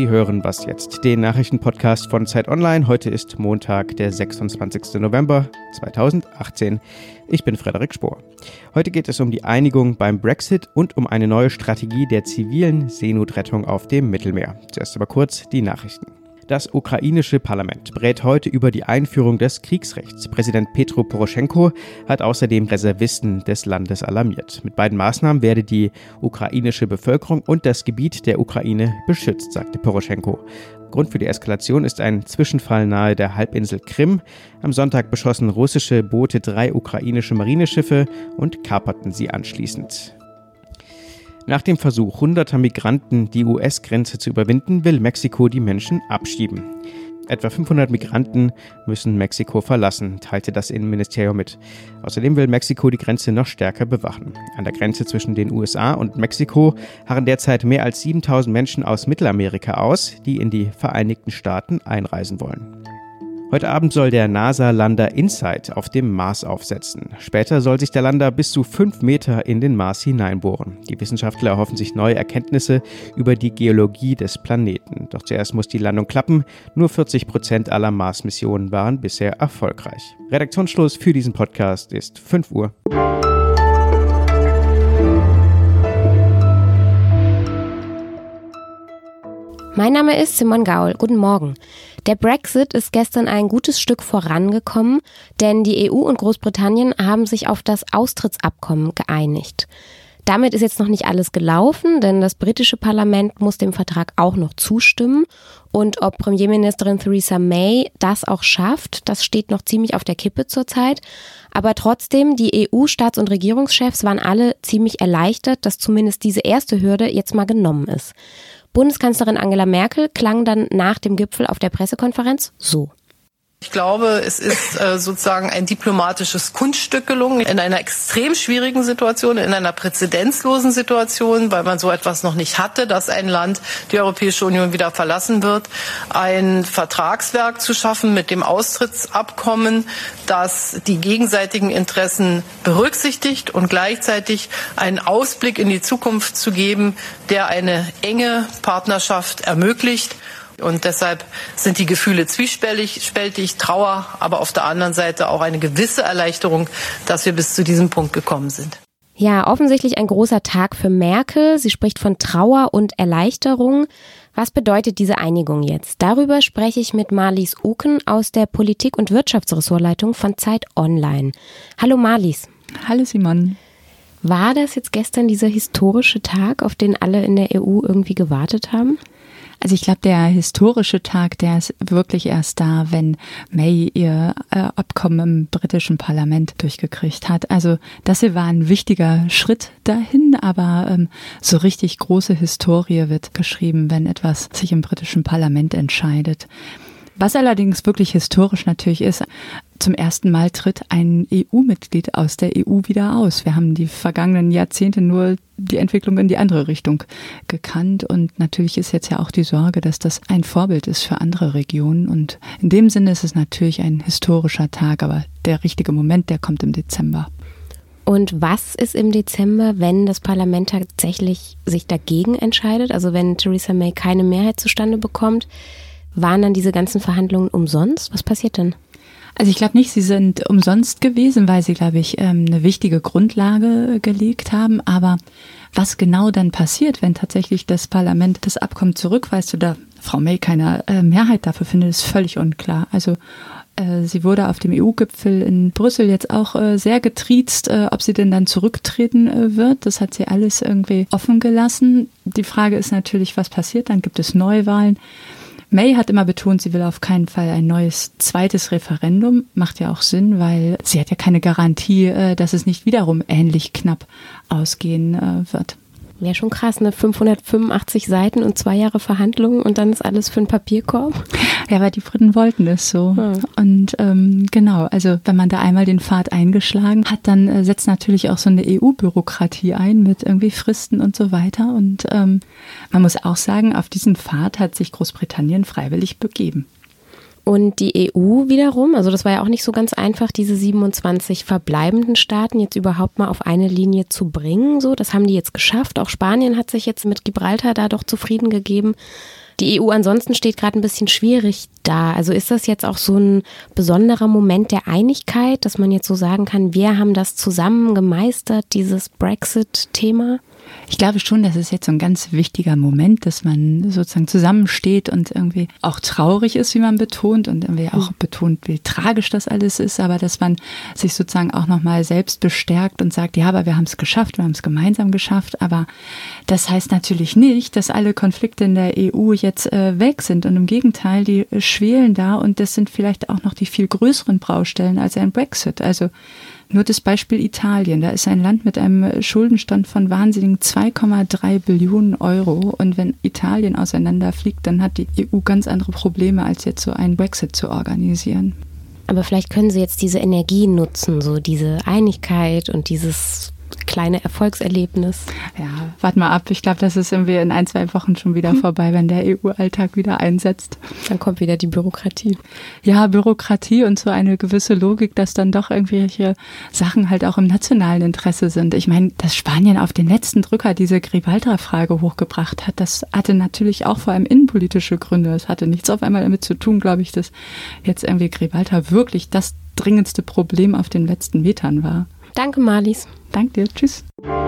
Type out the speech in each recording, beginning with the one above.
Sie hören Was jetzt? Den Nachrichtenpodcast von Zeit Online. Heute ist Montag, der 26. November 2018. Ich bin Frederik Spohr. Heute geht es um die Einigung beim Brexit und um eine neue Strategie der zivilen Seenotrettung auf dem Mittelmeer. Zuerst aber kurz die Nachrichten. Das ukrainische Parlament berät heute über die Einführung des Kriegsrechts. Präsident Petro Poroschenko hat außerdem Reservisten des Landes alarmiert. Mit beiden Maßnahmen werde die ukrainische Bevölkerung und das Gebiet der Ukraine beschützt, sagte Poroschenko. Grund für die Eskalation ist ein Zwischenfall nahe der Halbinsel Krim. Am Sonntag beschossen russische Boote 3 ukrainische Marineschiffe und kaperten sie anschließend. Nach dem Versuch hunderter Migranten die US-Grenze zu überwinden, will Mexiko die Menschen abschieben. Etwa 500 Migranten müssen Mexiko verlassen, teilte das Innenministerium mit. Außerdem will Mexiko die Grenze noch stärker bewachen. An der Grenze zwischen den USA und Mexiko harren derzeit mehr als 7.000 Menschen aus Mittelamerika aus, die in die Vereinigten Staaten einreisen wollen. Heute Abend soll der NASA-Lander InSight auf dem Mars aufsetzen. Später soll sich der Lander bis zu 5 Meter in den Mars hineinbohren. Die Wissenschaftler erhoffen sich neue Erkenntnisse über die Geologie des Planeten. Doch zuerst muss die Landung klappen. Nur 40% aller Mars-Missionen waren bisher erfolgreich. Redaktionsschluss für diesen Podcast ist 5 Uhr. Mein Name ist Simon Gaul. Guten Morgen. Der Brexit ist gestern ein gutes Stück vorangekommen, denn die EU und Großbritannien haben sich auf das Austrittsabkommen geeinigt. Damit ist jetzt noch nicht alles gelaufen, denn das britische Parlament muss dem Vertrag auch noch zustimmen. Und ob Premierministerin Theresa May das auch schafft, das steht noch ziemlich auf der Kippe zurzeit. Aber trotzdem, die EU-Staats- und Regierungschefs waren alle ziemlich erleichtert, dass zumindest diese erste Hürde jetzt mal genommen ist. Bundeskanzlerin Angela Merkel klang dann nach dem Gipfel auf der Pressekonferenz so. Ich glaube, es ist sozusagen ein diplomatisches Kunststück gelungen in einer extrem schwierigen Situation, in einer präzedenzlosen Situation, weil man so etwas noch nicht hatte, dass ein Land die Europäische Union wieder verlassen wird, ein Vertragswerk zu schaffen mit dem Austrittsabkommen, das die gegenseitigen Interessen berücksichtigt und gleichzeitig einen Ausblick in die Zukunft zu geben, der eine enge Partnerschaft ermöglicht. Und deshalb sind die Gefühle zwiespältig, Trauer, aber auf der anderen Seite auch eine gewisse Erleichterung, dass wir bis zu diesem Punkt gekommen sind. Ja, offensichtlich ein großer Tag für Merkel. Sie spricht von Trauer und Erleichterung. Was bedeutet diese Einigung jetzt? Darüber spreche ich mit Marlies Uken aus der Politik- und Wirtschaftsressortleitung von Zeit Online. Hallo Marlies. Hallo Simon. War das jetzt gestern dieser historische Tag, auf den alle in der EU irgendwie gewartet haben? Also ich glaube, der historische Tag, der ist wirklich erst da, wenn May ihr Abkommen im britischen Parlament durchgekriegt hat. Also das hier war ein wichtiger Schritt dahin, aber so richtig große Historie wird geschrieben, wenn etwas sich im britischen Parlament entscheidet. Was allerdings wirklich historisch natürlich ist, zum ersten Mal tritt ein EU-Mitglied aus der EU wieder aus. Wir haben die vergangenen Jahrzehnte nur die Entwicklung in die andere Richtung gekannt und natürlich ist jetzt ja auch die Sorge, dass das ein Vorbild ist für andere Regionen und in dem Sinne ist es natürlich ein historischer Tag, aber der richtige Moment, der kommt im Dezember. Und was ist im Dezember, wenn das Parlament tatsächlich sich dagegen entscheidet, also wenn Theresa May keine Mehrheit zustande bekommt? Waren dann diese ganzen Verhandlungen umsonst? Was passiert dann? Also ich glaube nicht, sie sind umsonst gewesen, weil sie, glaube ich, eine wichtige Grundlage gelegt haben. Aber was genau dann passiert, wenn tatsächlich das Parlament das Abkommen zurückweist oder Frau May keine Mehrheit dafür findet, ist völlig unklar. Also sie wurde auf dem EU-Gipfel in Brüssel jetzt auch sehr getriezt, ob sie denn dann zurücktreten wird. Das hat sie alles irgendwie offen gelassen. Die Frage ist natürlich, was passiert? Dann gibt es Neuwahlen. May hat immer betont, sie will auf keinen Fall ein neues zweites Referendum. Macht ja auch Sinn, weil sie hat ja keine Garantie, dass es nicht wiederum ähnlich knapp ausgehen wird. Wäre schon krass, ne? 585 Seiten und 2 Jahre Verhandlungen und dann ist alles für einen Papierkorb. Ja, weil die Briten wollten es so. Ja. Und genau, also wenn man da einmal den Pfad eingeschlagen hat, dann setzt natürlich auch so eine EU-Bürokratie ein mit irgendwie Fristen und so weiter. Und man muss auch sagen, auf diesen Pfad hat sich Großbritannien freiwillig begeben. Und die EU wiederum, also das war ja auch nicht so ganz einfach, diese 27 verbleibenden Staaten jetzt überhaupt mal auf eine Linie zu bringen. So, das haben die jetzt geschafft. Auch Spanien hat sich jetzt mit Gibraltar da doch zufrieden gegeben. Die EU ansonsten steht gerade ein bisschen schwierig da. Also ist das jetzt auch so ein besonderer Moment der Einigkeit, dass man jetzt so sagen kann, wir haben das zusammen gemeistert, dieses Brexit-Thema? Ich glaube schon, das ist jetzt so ein ganz wichtiger Moment, dass man sozusagen zusammensteht und irgendwie auch traurig ist, wie man betont, und irgendwie auch betont, wie tragisch das alles ist, aber dass man sich sozusagen auch nochmal selbst bestärkt und sagt, ja, aber wir haben es geschafft, wir haben es gemeinsam geschafft, aber das heißt natürlich nicht, dass alle Konflikte in der EU jetzt weg sind, und im Gegenteil, die schwelen da, und das sind vielleicht auch noch die viel größeren Baustellen als ein Brexit. Also nur das Beispiel Italien, da ist ein Land mit einem Schuldenstand von wahnsinnigen 2,3 Billionen Euro, und wenn Italien auseinanderfliegt, dann hat die EU ganz andere Probleme, als jetzt so einen Brexit zu organisieren. Aber vielleicht können Sie jetzt diese Energie nutzen, so diese Einigkeit und dieses kleine Erfolgserlebnis. Ja, warte mal ab. Ich glaube, das ist irgendwie in 1-2 Wochen schon wieder vorbei, wenn der EU-Alltag wieder einsetzt. Dann kommt wieder die Bürokratie. Ja, Bürokratie und so eine gewisse Logik, dass dann doch irgendwelche Sachen halt auch im nationalen Interesse sind. Ich meine, dass Spanien auf den letzten Drücker diese Gibraltar-Frage hochgebracht hat, das hatte natürlich auch vor allem innenpolitische Gründe. Es hatte nichts auf einmal damit zu tun, glaube ich, dass jetzt irgendwie Gibraltar wirklich das dringendste Problem auf den letzten Metern war. Danke, Marlies. Danke dir. Tschüss.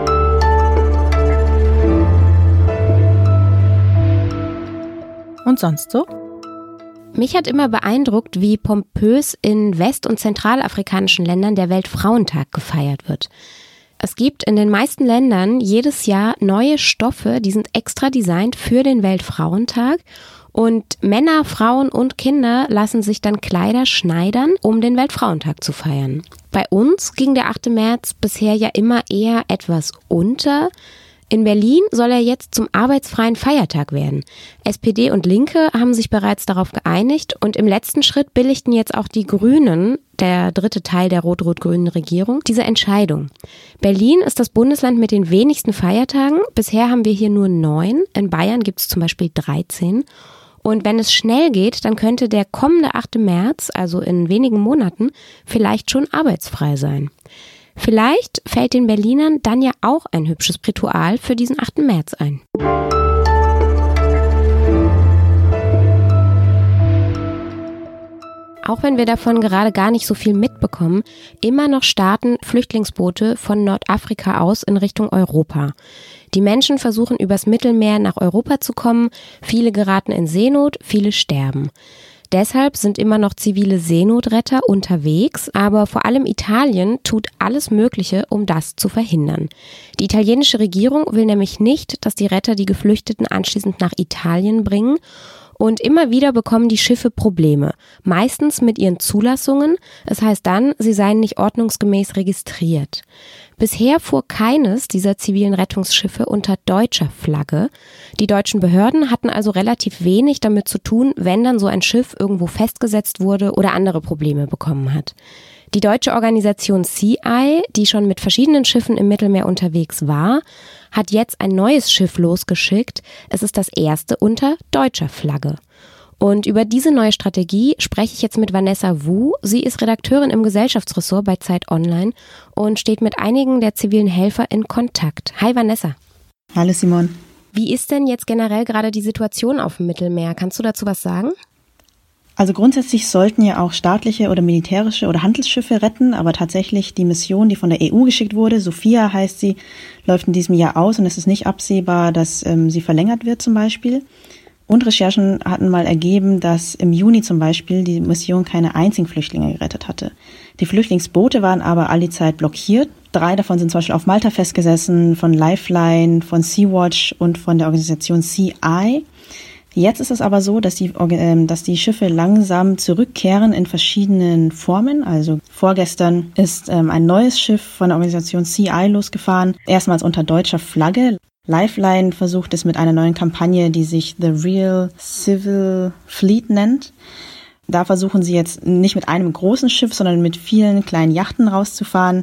Und sonst so? Mich hat immer beeindruckt, wie pompös in west- und zentralafrikanischen Ländern der Weltfrauentag gefeiert wird. Es gibt in den meisten Ländern jedes Jahr neue Stoffe, die sind extra designt für den Weltfrauentag. Und Männer, Frauen und Kinder lassen sich dann Kleider schneidern, um den Weltfrauentag zu feiern. Bei uns ging der 8. März bisher ja immer eher etwas unter. In Berlin soll er jetzt zum arbeitsfreien Feiertag werden. SPD und Linke haben sich bereits darauf geeinigt, und im letzten Schritt billigten jetzt auch die Grünen, der dritte Teil der rot-rot-grünen Regierung, diese Entscheidung. Berlin ist das Bundesland mit den wenigsten Feiertagen. Bisher haben wir hier nur 9. In Bayern gibt es zum Beispiel 13. Und wenn es schnell geht, dann könnte der kommende 8. März, also in wenigen Monaten, vielleicht schon arbeitsfrei sein. Vielleicht fällt den Berlinern dann ja auch ein hübsches Ritual für diesen 8. März ein. Auch wenn wir davon gerade gar nicht so viel mitbekommen, immer noch starten Flüchtlingsboote von Nordafrika aus in Richtung Europa. Die Menschen versuchen übers Mittelmeer nach Europa zu kommen, viele geraten in Seenot, viele sterben. Deshalb sind immer noch zivile Seenotretter unterwegs, aber vor allem Italien tut alles Mögliche, um das zu verhindern. Die italienische Regierung will nämlich nicht, dass die Retter die Geflüchteten anschließend nach Italien bringen. Und immer wieder bekommen die Schiffe Probleme, meistens mit ihren Zulassungen. Es heißt dann, sie seien nicht ordnungsgemäß registriert. Bisher fuhr keines dieser zivilen Rettungsschiffe unter deutscher Flagge. Die deutschen Behörden hatten also relativ wenig damit zu tun, wenn dann so ein Schiff irgendwo festgesetzt wurde oder andere Probleme bekommen hat. Die deutsche Organisation CI, die schon mit verschiedenen Schiffen im Mittelmeer unterwegs war, hat jetzt ein neues Schiff losgeschickt. Es ist das erste unter deutscher Flagge. Und über diese neue Strategie spreche ich jetzt mit Vanessa Wu. Sie ist Redakteurin im Gesellschaftsressort bei Zeit Online und steht mit einigen der zivilen Helfer in Kontakt. Hi Vanessa. Hallo Simon. Wie ist denn jetzt generell gerade die Situation auf dem Mittelmeer? Kannst du dazu was sagen? Also grundsätzlich sollten ja auch staatliche oder militärische oder Handelsschiffe retten, aber tatsächlich die Mission, die von der EU geschickt wurde, Sophia heißt sie, läuft in diesem Jahr aus, und es ist nicht absehbar, dass sie verlängert wird zum Beispiel. Und Recherchen hatten mal ergeben, dass im Juni zum Beispiel die Mission keine einzigen Flüchtlinge gerettet hatte. Die Flüchtlingsboote waren aber all die Zeit blockiert. 3 davon sind zum Beispiel auf Malta festgesessen, von Lifeline, von Sea-Watch und von der Organisation CI. Jetzt ist es aber so, dass die Schiffe langsam zurückkehren in verschiedenen Formen. Also vorgestern ist ein neues Schiff von der Organisation CI losgefahren, erstmals unter deutscher Flagge. Lifeline versucht es mit einer neuen Kampagne, die sich The Real Civil Fleet nennt. Da versuchen sie jetzt nicht mit einem großen Schiff, sondern mit vielen kleinen Yachten rauszufahren,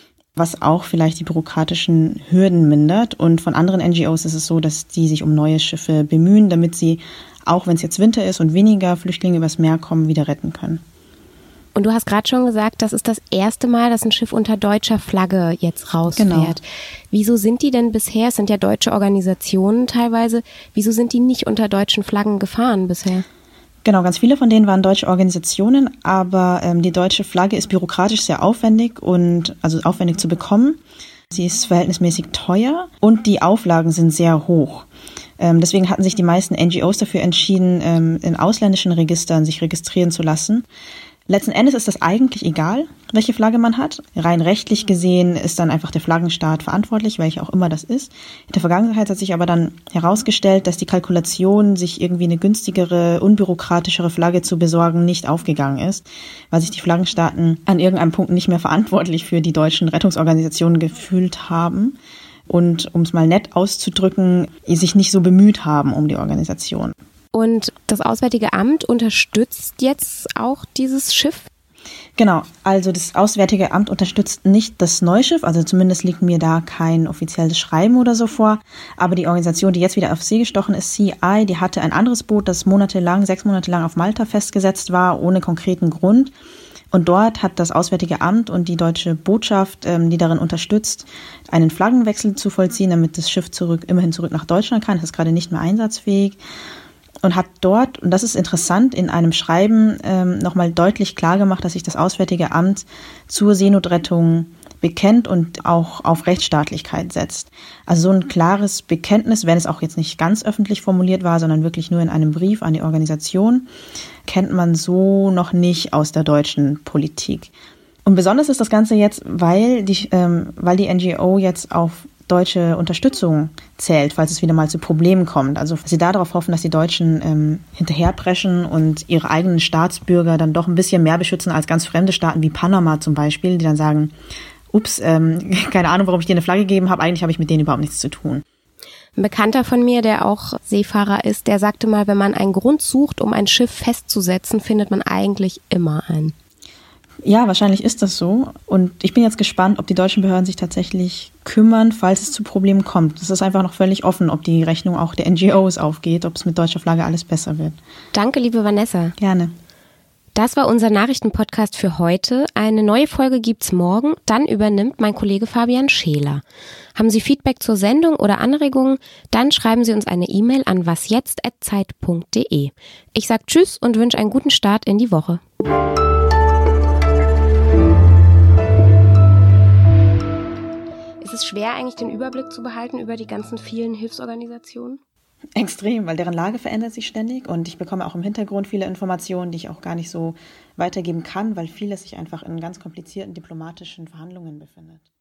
was auch vielleicht die bürokratischen Hürden mindert. Und von anderen NGOs ist es so, dass die sich um neue Schiffe bemühen, damit sie, auch wenn es jetzt Winter ist und weniger Flüchtlinge übers Meer kommen, wieder retten können. Und du hast gerade schon gesagt, das ist das erste Mal, dass ein Schiff unter deutscher Flagge jetzt rausfährt. Genau. Wieso sind die denn bisher, es sind ja deutsche Organisationen teilweise, wieso sind die nicht unter deutschen Flaggen gefahren bisher? Genau, ganz viele von denen waren deutsche Organisationen, aber die deutsche Flagge ist bürokratisch sehr aufwendig und also aufwendig zu bekommen. Sie ist verhältnismäßig teuer und die Auflagen sind sehr hoch. Deswegen hatten sich die meisten NGOs dafür entschieden, in ausländischen Registern sich registrieren zu lassen. Letzten Endes ist das eigentlich egal, welche Flagge man hat. Rein rechtlich gesehen ist dann einfach der Flaggenstaat verantwortlich, welcher auch immer das ist. In der Vergangenheit hat sich aber dann herausgestellt, dass die Kalkulation, sich irgendwie eine günstigere, unbürokratischere Flagge zu besorgen, nicht aufgegangen ist, weil sich die Flaggenstaaten an irgendeinem Punkt nicht mehr verantwortlich für die deutschen Rettungsorganisationen gefühlt haben und, um es mal nett auszudrücken, sich nicht so bemüht haben um die Organisation. Und das Auswärtige Amt unterstützt jetzt auch dieses Schiff? Genau, also das Auswärtige Amt unterstützt nicht das Neuschiff, also zumindest liegt mir da kein offizielles Schreiben oder so vor, aber die Organisation, die jetzt wieder auf See gestochen ist, CI, die hatte ein anderes Boot, das 6 Monate lang auf Malta festgesetzt war, ohne konkreten Grund. Und dort hat das Auswärtige Amt und die deutsche Botschaft, die darin unterstützt, einen Flaggenwechsel zu vollziehen, damit das Schiff immerhin zurück nach Deutschland kann. Das ist gerade nicht mehr einsatzfähig. Und hat dort, und das ist interessant, in einem Schreiben nochmal deutlich klargemacht, dass sich das Auswärtige Amt zur Seenotrettung bekennt und auch auf Rechtsstaatlichkeit setzt. Also so ein klares Bekenntnis, wenn es auch jetzt nicht ganz öffentlich formuliert war, sondern wirklich nur in einem Brief an die Organisation, kennt man so noch nicht aus der deutschen Politik. Und besonders ist das Ganze jetzt, weil die NGO jetzt auf deutsche Unterstützung zählt, falls es wieder mal zu Problemen kommt. Also sie darauf hoffen, dass die Deutschen hinterherpreschen und ihre eigenen Staatsbürger dann doch ein bisschen mehr beschützen als ganz fremde Staaten wie Panama zum Beispiel, die dann sagen, ups, keine Ahnung, warum ich dir eine Flagge gegeben habe, eigentlich habe ich mit denen überhaupt nichts zu tun. Ein Bekannter von mir, der auch Seefahrer ist, der sagte mal, wenn man einen Grund sucht, um ein Schiff festzusetzen, findet man eigentlich immer einen. Ja, wahrscheinlich ist das so. Und ich bin jetzt gespannt, ob die deutschen Behörden sich tatsächlich kümmern, falls es zu Problemen kommt. Es ist einfach noch völlig offen, ob die Rechnung auch der NGOs aufgeht, ob es mit deutscher Flagge alles besser wird. Danke, liebe Vanessa. Gerne. Das war unser Nachrichtenpodcast für heute. Eine neue Folge gibt's morgen. Dann übernimmt mein Kollege Fabian Scheler. Haben Sie Feedback zur Sendung oder Anregungen? Dann schreiben Sie uns eine E-Mail an wasjetzt@zeit.de. Ich sag Tschüss und wünsche einen guten Start in die Woche. Ist es schwer, eigentlich den Überblick zu behalten über die ganzen vielen Hilfsorganisationen? Extrem, weil deren Lage verändert sich ständig und ich bekomme auch im Hintergrund viele Informationen, die ich auch gar nicht so weitergeben kann, weil vieles sich einfach in ganz komplizierten diplomatischen Verhandlungen befindet.